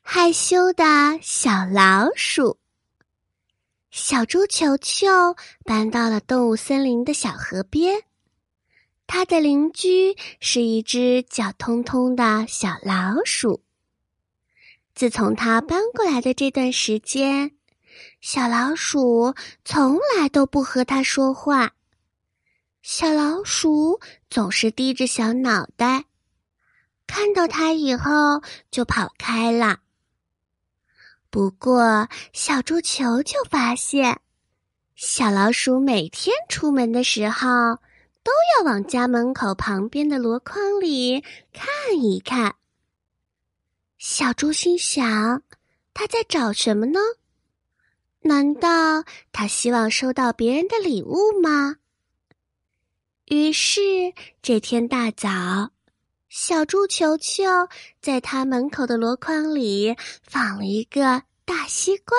害羞的小老鼠。小猪球球搬到了动物森林的小河边，他的邻居是一只脚通通的小老鼠。自从他搬过来的这段时间，小老鼠从来都不和他说话。小老鼠总是低着小脑袋，看到他以后就跑开了。不过，小猪球球发现，小老鼠每天出门的时候，都要往家门口旁边的箩筐里看一看。小猪心想，他在找什么呢？难道他希望收到别人的礼物吗？于是，这天大早，小猪球球在他门口的箩筐里放了一个大西瓜。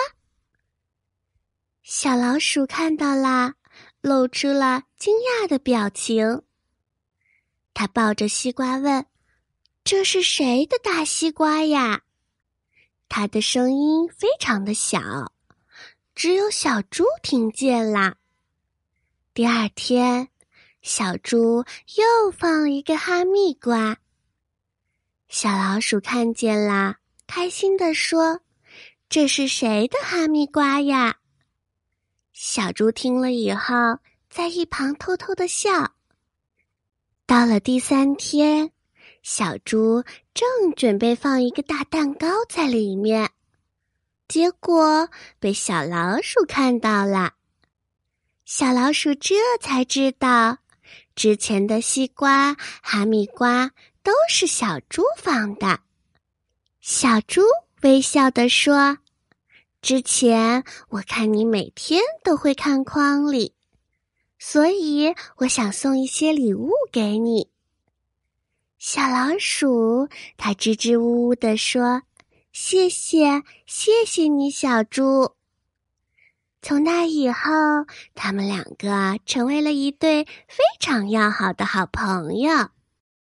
小老鼠看到啦，露出了惊讶的表情。他抱着西瓜问：“这是谁的大西瓜呀？”他的声音非常的小，只有小猪听见啦。第二天，小猪又放了一个哈密瓜。小老鼠看见啦，开心地说：“这是谁的哈密瓜呀？”小猪听了以后，在一旁偷偷地笑。到了第三天，小猪正准备放一个大蛋糕在里面，结果被小老鼠看到了。小老鼠这才知道，之前的西瓜、哈密瓜都是小猪放的。小猪微笑地说：“之前我看你每天都会看筐里，所以我想送一些礼物给你。”小老鼠它支支吾吾地说：“谢谢，谢谢你，小猪。”从那以后，他们两个成为了一对非常要好的好朋友。